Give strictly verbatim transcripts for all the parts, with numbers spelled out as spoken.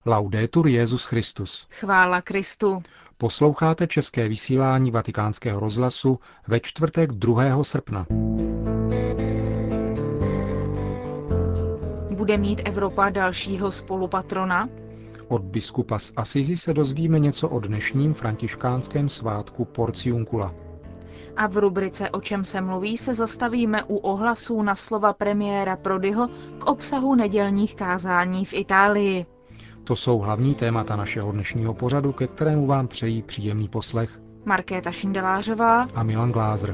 Laudetur Jesus Christus. Chvála Kristu. Posloucháte české vysílání Vatikánského rozhlasu ve čtvrtek druhého srpna. Bude mít Evropa dalšího spolupatrona? Od biskupa z Assisi se dozvíme něco o dnešním františkánském svátku Porciuncula. A v rubrice O čem se mluví se zastavíme u ohlasů na slova premiéra Prodiho k obsahu nedělních kázání v Itálii. To jsou hlavní témata našeho dnešního pořadu, ke kterému vám přejí příjemný poslech Markéta Šindelářová a Milan Glázer.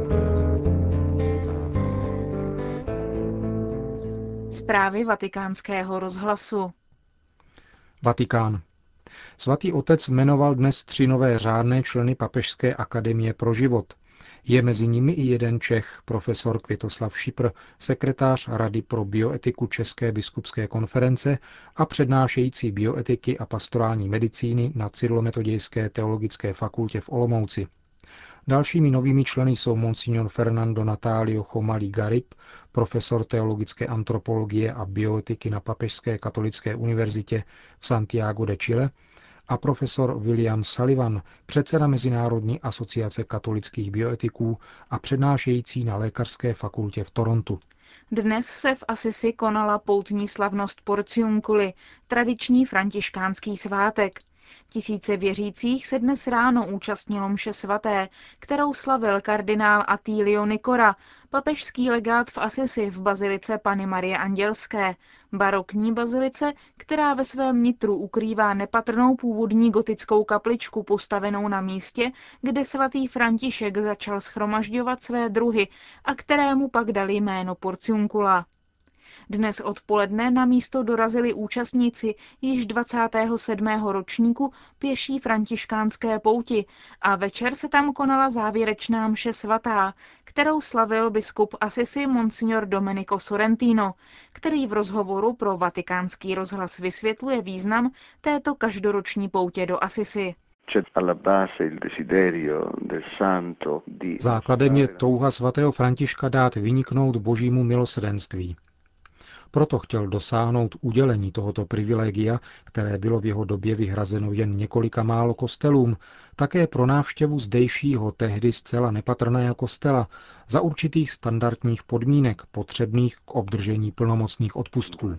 Zprávy Vatikánského rozhlasu. Vatikán. Svatý otec jmenoval dnes tři nové řádné členy Papežské akademie pro život. Je mezi nimi i jeden Čech, profesor Květoslav Šipr, sekretář Rady pro bioetiku České biskupské konference a přednášející bioetiky a pastorální medicíny na Cyrilometodějské teologické fakultě v Olomouci. Dalšími novými členy jsou monsignor Fernando Natalio Chomalí Garib, profesor teologické antropologie a bioetiky na Papežské katolické univerzitě v Santiago de Chile, a profesor William Sullivan, předseda Mezinárodní asociace katolických bioetiků a přednášející na lékařské fakultě v Torontu. Dnes se v Assisi konala poutní slavnost Porciunculi, tradiční františkánský svátek. Tisíce věřících se dnes ráno účastnilo mše svaté, kterou slavil kardinál Attilio Nicora, papežský legát v Assisi v bazilice Panny Marie Andělské, barokní bazilice, která ve svém nitru ukrývá nepatrnou původní gotickou kapličku postavenou na místě, kde svatý František začal shromažďovat své druhy a kterému pak dali jméno Porciuncula. Dnes odpoledne na místo dorazili účastníci již dvacátého sedmého ročníku pěší františkánské pouti a večer se tam konala závěrečná mše svatá, kterou slavil biskup Assisi monsignor Domenico Sorrentino, který v rozhovoru pro Vatikánský rozhlas vysvětluje význam této každoroční poutě do Assisi. Základem je touha svatého Františka dát vyniknout božímu milosrdenství. Proto chtěl dosáhnout udělení tohoto privilegia, které bylo v jeho době vyhrazeno jen několika málo kostelům, také pro návštěvu zdejšího tehdy zcela nepatrného kostela za určitých standardních podmínek potřebných k obdržení plnomocných odpustků.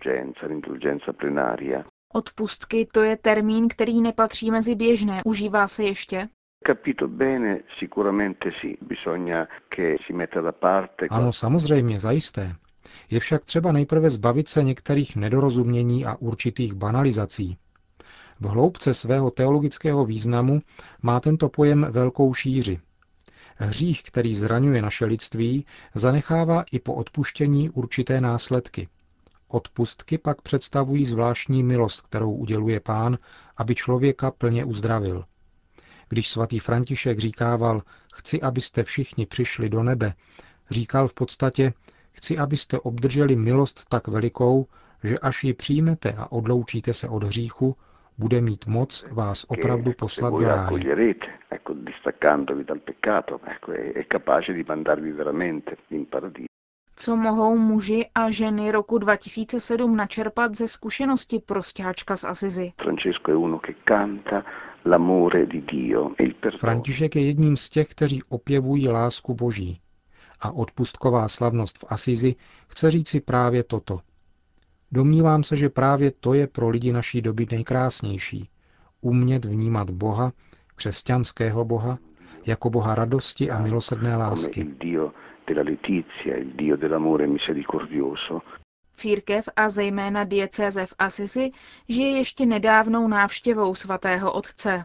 Odpustky, to je termín, který nepatří mezi běžné. Užívá se ještě? Ano, samozřejmě, zajisté. Je však třeba nejprve zbavit se některých nedorozumění a určitých banalizací. V hloubce svého teologického významu má tento pojem velkou šíři. Hřích, který zraňuje naše lidství, zanechává i po odpuštění určité následky. Odpustky pak představují zvláštní milost, kterou uděluje Pán, aby člověka plně uzdravil. Když svatý František říkával, chci, abyste všichni přišli do nebe, říkal v podstatě, chci, abyste obdrželi milost tak velikou, že až ji přijmete a odloučíte se od hříchu, bude mít moc vás opravdu poslat do ráje. Co mohou muži a ženy roku dva tisíce sedm načerpat ze zkušenosti prosťáčka z Assisi? František je jedním z těch, kteří opěvují lásku Boží. A odpustková slavnost v Assisi chce říci právě toto. Domnívám se, že právě to je pro lidi naší doby nejkrásnější. Umět vnímat Boha, křesťanského Boha, jako Boha radosti a milosrdné lásky. Církev a zejména diecéze v Assisi žije ještě nedávnou návštěvou svatého otce.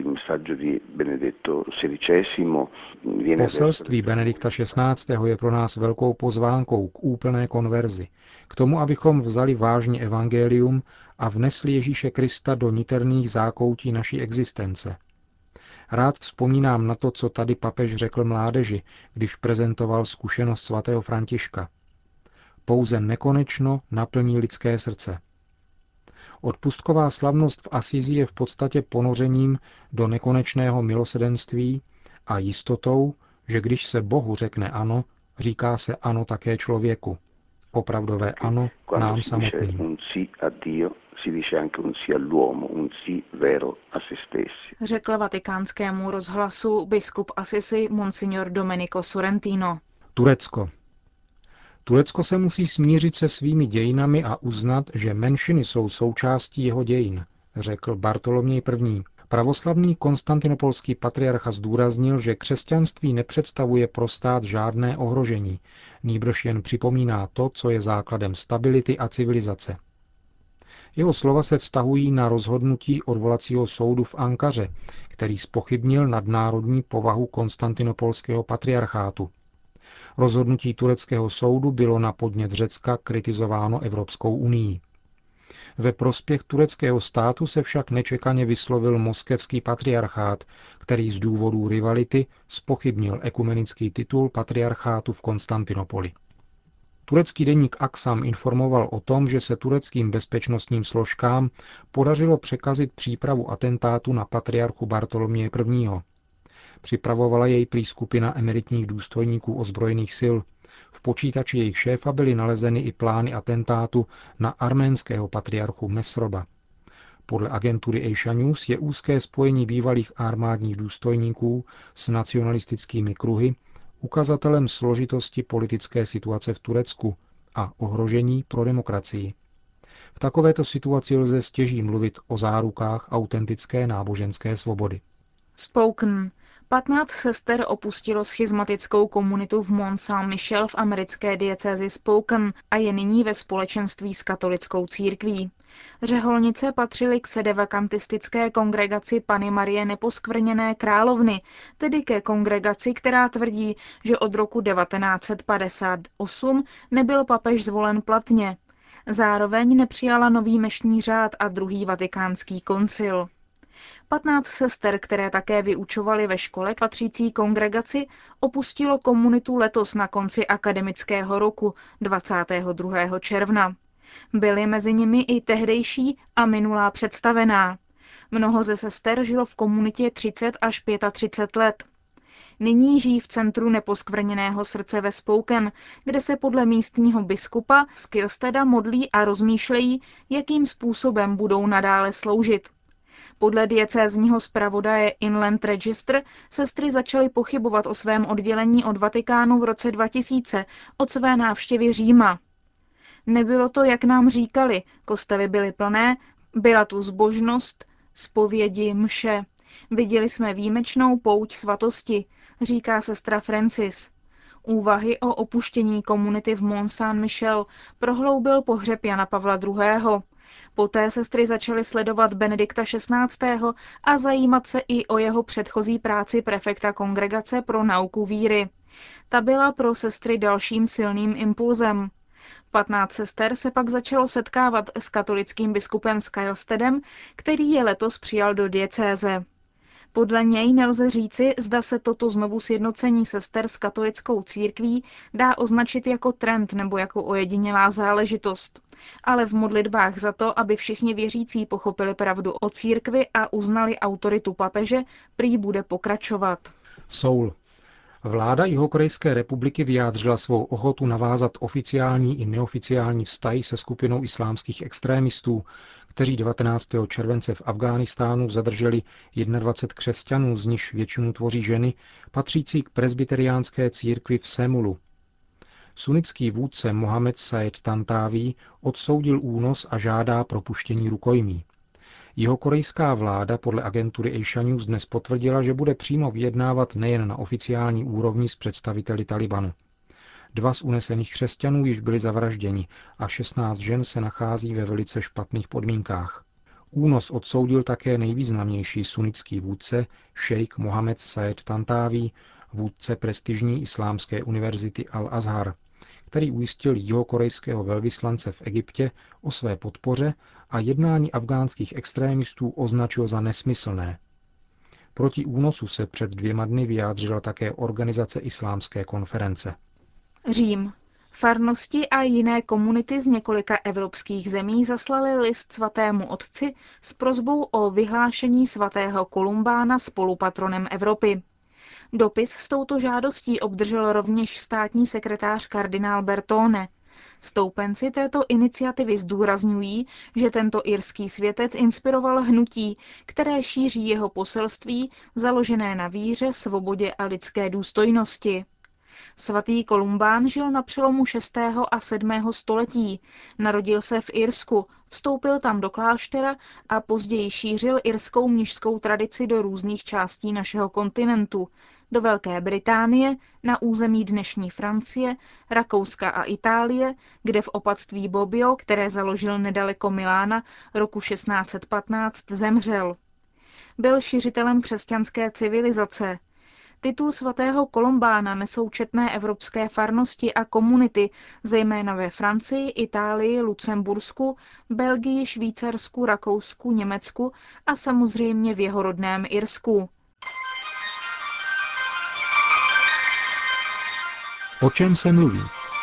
Poselství Benedikta šestnáctého je pro nás velkou pozvánkou k úplné konverzi, k tomu, abychom vzali vážně evangelium a vnesli Ježíše Krista do niterných zákoutí naší existence. Rád vzpomínám na to, co tady papež řekl mládeži, když prezentoval zkušenost svatého Františka. Pouze nekonečno naplní lidské srdce. Odpustková slavnost v Assisi je v podstatě ponořením do nekonečného milosrdenství a jistotou, že když se Bohu řekne ano, říká se ano také člověku. Opravdové ano nám samotným. řekl vatikánskému rozhlasu biskup Assisi Monsignor Domenico Sorrentino. Turecko. Turecko se musí smířit se svými dějinami a uznat, že menšiny jsou součástí jeho dějin, řekl Bartoloměj I. Pravoslavný konstantinopolský patriarcha zdůraznil, že křesťanství nepředstavuje pro stát žádné ohrožení, nýbrž jen připomíná to, co je základem stability a civilizace. Jeho slova se vztahují na rozhodnutí odvolacího soudu v Ankaře, který zpochybnil nadnárodní povahu konstantinopolského patriarchátu. Rozhodnutí tureckého soudu bylo na podnět Řecka kritizováno Evropskou unií. Ve prospěch tureckého státu se však nečekaně vyslovil moskevský patriarchát, který z důvodů rivality zpochybnil ekumenický titul patriarchátu v Konstantinopoli. Turecký deník Aksam informoval o tom, že se tureckým bezpečnostním složkám podařilo překazit přípravu atentátu na patriarchu Bartoloměje I. Připravovala jej prý skupina emeritních důstojníků ozbrojených sil. V počítači jejich šéfa byly nalezeny i plány atentátu na arménského patriarchu Mesroba. Podle agentury Asia News je úzké spojení bývalých armádních důstojníků s nacionalistickými kruhy ukazatelem složitosti politické situace v Turecku a ohrožení pro demokracii. V takovéto situaci lze stěží mluvit o zárukách autentické náboženské svobody. Spoken. patnáct sester opustilo schizmatickou komunitu v Mont Saint-Michel v americké diecézi Spoken a je nyní ve společenství s katolickou církví. Řeholnice patřily k sedevakantistické kongregaci Panny Marie Neposkvrněné královny, tedy ke kongregaci, která tvrdí, že od roku devatenáct set padesát osm nebyl papež zvolen platně. Zároveň nepřijala nový mešní řád a druhý vatikánský koncil. patnáct sester, které také vyučovaly ve škole patřící kongregaci, opustilo komunitu letos na konci akademického roku dvacátého druhého června. Byly mezi nimi i tehdejší a minulá představená. Mnoho ze sester žilo v komunitě třicet až třicet pět let. Nyní žijí v centru Neposkvrněného srdce ve Spoken, kde se podle místního biskupa z Kilsteda modlí a rozmýšlejí, jakým způsobem budou nadále sloužit. Podle diecézního zpravodaje Inland Register sestry začaly pochybovat o svém oddělení od Vatikánu v roce dva tisíce od své návštěvy Říma. Nebylo to, jak nám říkali, kostely byly plné, byla tu zbožnost, zpovědi, mše. Viděli jsme výjimečnou pouť svatosti, říká sestra Francis. Úvahy o opuštění komunity v Mont Saint-Michel prohloubil pohřeb Jana Pavla druhého. Poté sestry začaly sledovat Benedikta šestnáctého a zajímat se i o jeho předchozí práci prefekta Kongregace pro nauku víry. Ta byla pro sestry dalším silným impulzem. patnáct sester se pak začalo setkávat s katolickým biskupem Skylestedem, který je letos přijal do diecéze. Podle něj nelze říci, zda se toto znovu sjednocení sester s katolickou církví dá označit jako trend nebo jako ojedinělá záležitost. Ale v modlitbách za to, aby všichni věřící pochopili pravdu o církvi a uznali autoritu papeže, prý bude pokračovat. Soul. Vláda Jihokorejské republiky vyjádřila svou ochotu navázat oficiální i neoficiální vztahy se skupinou islámských extrémistů, kteří devatenáctého července v Afghánistánu zadrželi dvacet jedna křesťanů, z nichž většinu tvoří ženy, patřící k presbyteriánské církvi v Semulu. Sunnický vůdce Mohamed Said Tantaví odsoudil únos a žádá propuštění rukojmí. Jihokorejská vláda podle agentury Asia News dnes potvrdila, že bude přímo vyjednávat nejen na oficiální úrovni s představiteli Talibanu. Dva z unesených křesťanů již byli zavražděni a šestnáct žen se nachází ve velice špatných podmínkách. Únos odsoudil také nejvýznamnější sunnický vůdce šejk Mohamed Said Tantaví, vůdce prestižní islámské univerzity Al-Azhar, který ujistil jihokorejského velvyslance v Egyptě o své podpoře a jednání afgánských extrémistů označil za nesmyslné. Proti únosu se před dvěma dny vyjádřila také Organizace islámské konference. Řím. Farnosti a jiné komunity z několika evropských zemí zaslali list svatému otci s prosbou o vyhlášení svatého Kolumbána spolupatronem Evropy. Dopis s touto žádostí obdržel rovněž státní sekretář kardinál Bertone. Stoupenci této iniciativy zdůrazňují, že tento irský světec inspiroval hnutí, které šíří jeho poselství založené na víře, svobodě a lidské důstojnosti. Svatý Kolumbán žil na přelomu šestého a sedmého století. Narodil se v Irsku, vstoupil tam do kláštera a později šířil irskou mnišskou tradici do různých částí našeho kontinentu, do Velké Británie, na území dnešní Francie, Rakouska a Itálie, kde v opatství Bobbio, které založil nedaleko Milána roku šestnáct set patnáct, zemřel. Byl šiřitelem křesťanské civilizace. Titul svatého Kolumbána nesou četné evropské farnosti a komunity, zejména ve Francii, Itálii, Lucembursku, Belgii, Švýcarsku, Rakousku, Německu a samozřejmě v jeho rodném Irsku. O čem se mluví?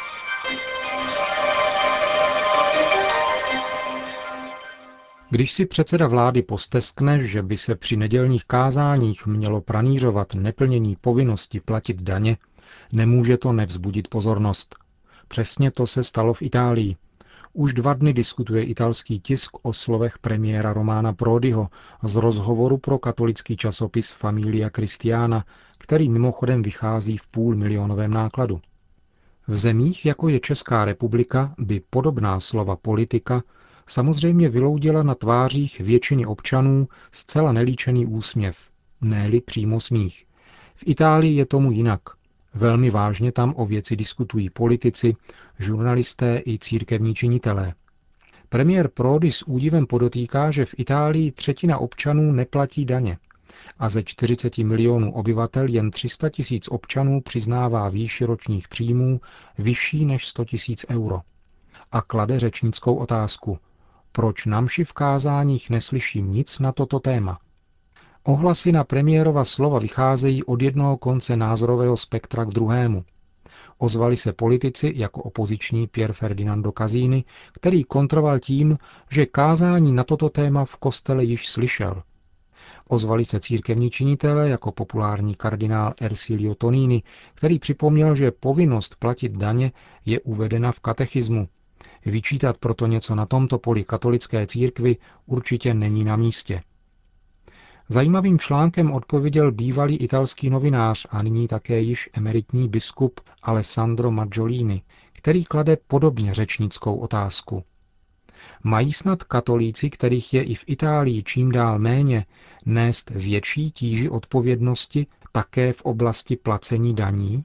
Když si předseda vlády posteskne, že by se při nedělních kázáních mělo pranířovat neplnění povinnosti platit daně, nemůže to nevzbudit pozornost. Přesně to se stalo v Itálii. Už dva dny diskutuje italský tisk o slovech premiéra Romana Prodiho z rozhovoru pro katolický časopis Familia Cristiana, který mimochodem vychází v půlmilionovém nákladu. V zemích, jako je Česká republika, by podobná slova politika samozřejmě vyloudila na tvářích většiny občanů zcela nelíčený úsměv, ne-li přímo smích. V Itálii je tomu jinak. Velmi vážně tam o věci diskutují politici, žurnalisté i církevní činitelé. Premiér Prodi s údivem podotýká, že v Itálii třetina občanů neplatí daně a ze čtyřicet milionů obyvatel jen tři sta tisíc občanů přiznává výši ročních příjmů vyšší než sto tisíc euro. A klade řečnickou otázku: proč na mši v kázáních neslyším nic na toto téma? Ohlasy na premiérova slova vycházejí od jednoho konce názorového spektra k druhému. Ozvali se politici jako opoziční Pier Ferdinando Casini, který kontroval tím, že kázání na toto téma v kostele již slyšel. Ozvali se církevní činitelé jako populární kardinál Ercilio Tonini, který připomněl, že povinnost platit daně je uvedena v katechismu. Vyčítat proto něco na tomto poli katolické církvi určitě není na místě. Zajímavým článkem odpověděl bývalý italský novinář a nyní také již emeritní biskup Alessandro Maggiolini, který klade podobně řečnickou otázku. Mají snad katolíci, kterých je i v Itálii čím dál méně, nést větší tíži odpovědnosti také v oblasti placení daní?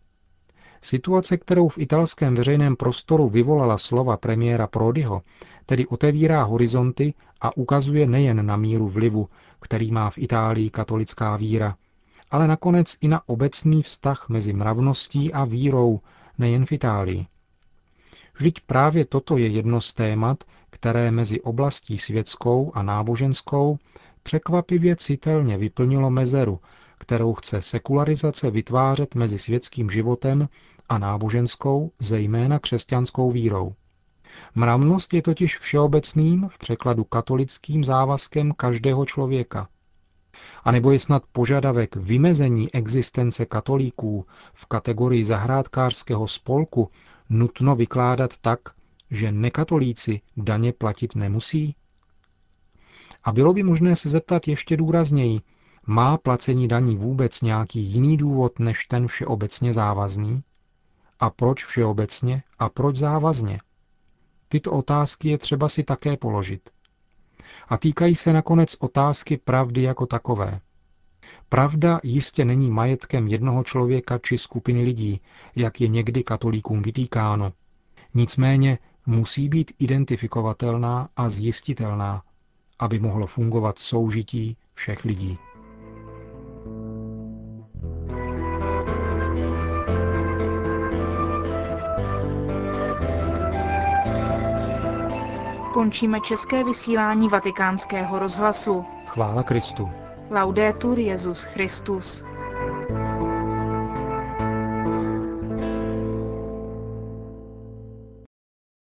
Situace, kterou v italském veřejném prostoru vyvolala slova premiéra Prodiho, tedy otevírá horizonty a ukazuje nejen na míru vlivu, který má v Itálii katolická víra, ale nakonec i na obecný vztah mezi mravností a vírou, nejen v Itálii. Vždyť právě toto je jedno z témat, které mezi oblastí světskou a náboženskou překvapivě citelně vyplnilo mezeru, kterou chce sekularizace vytvářet mezi světským životem a náboženskou, zejména křesťanskou vírou. Mravnost je totiž všeobecným, v překladu katolickým závazkem každého člověka. A nebo je snad požadavek vymezení existence katolíků v kategorii zahrádkářského spolku nutno vykládat tak, že nekatolíci daně platit nemusí? A bylo by možné se zeptat ještě důrazněji, má placení daní vůbec nějaký jiný důvod než ten všeobecně závazný? A proč všeobecně a proč závazně? Tyto otázky je třeba si také položit. A týkají se nakonec otázky pravdy jako takové. Pravda jistě není majetkem jednoho člověka či skupiny lidí, jak je někdy katolíkům vytýkáno. Nicméně musí být identifikovatelná a zjistitelná, aby mohlo fungovat soužití všech lidí. Končíme české vysílání Vatikánského rozhlasu. Chvála Kristu. Laudetur Jesus Christus.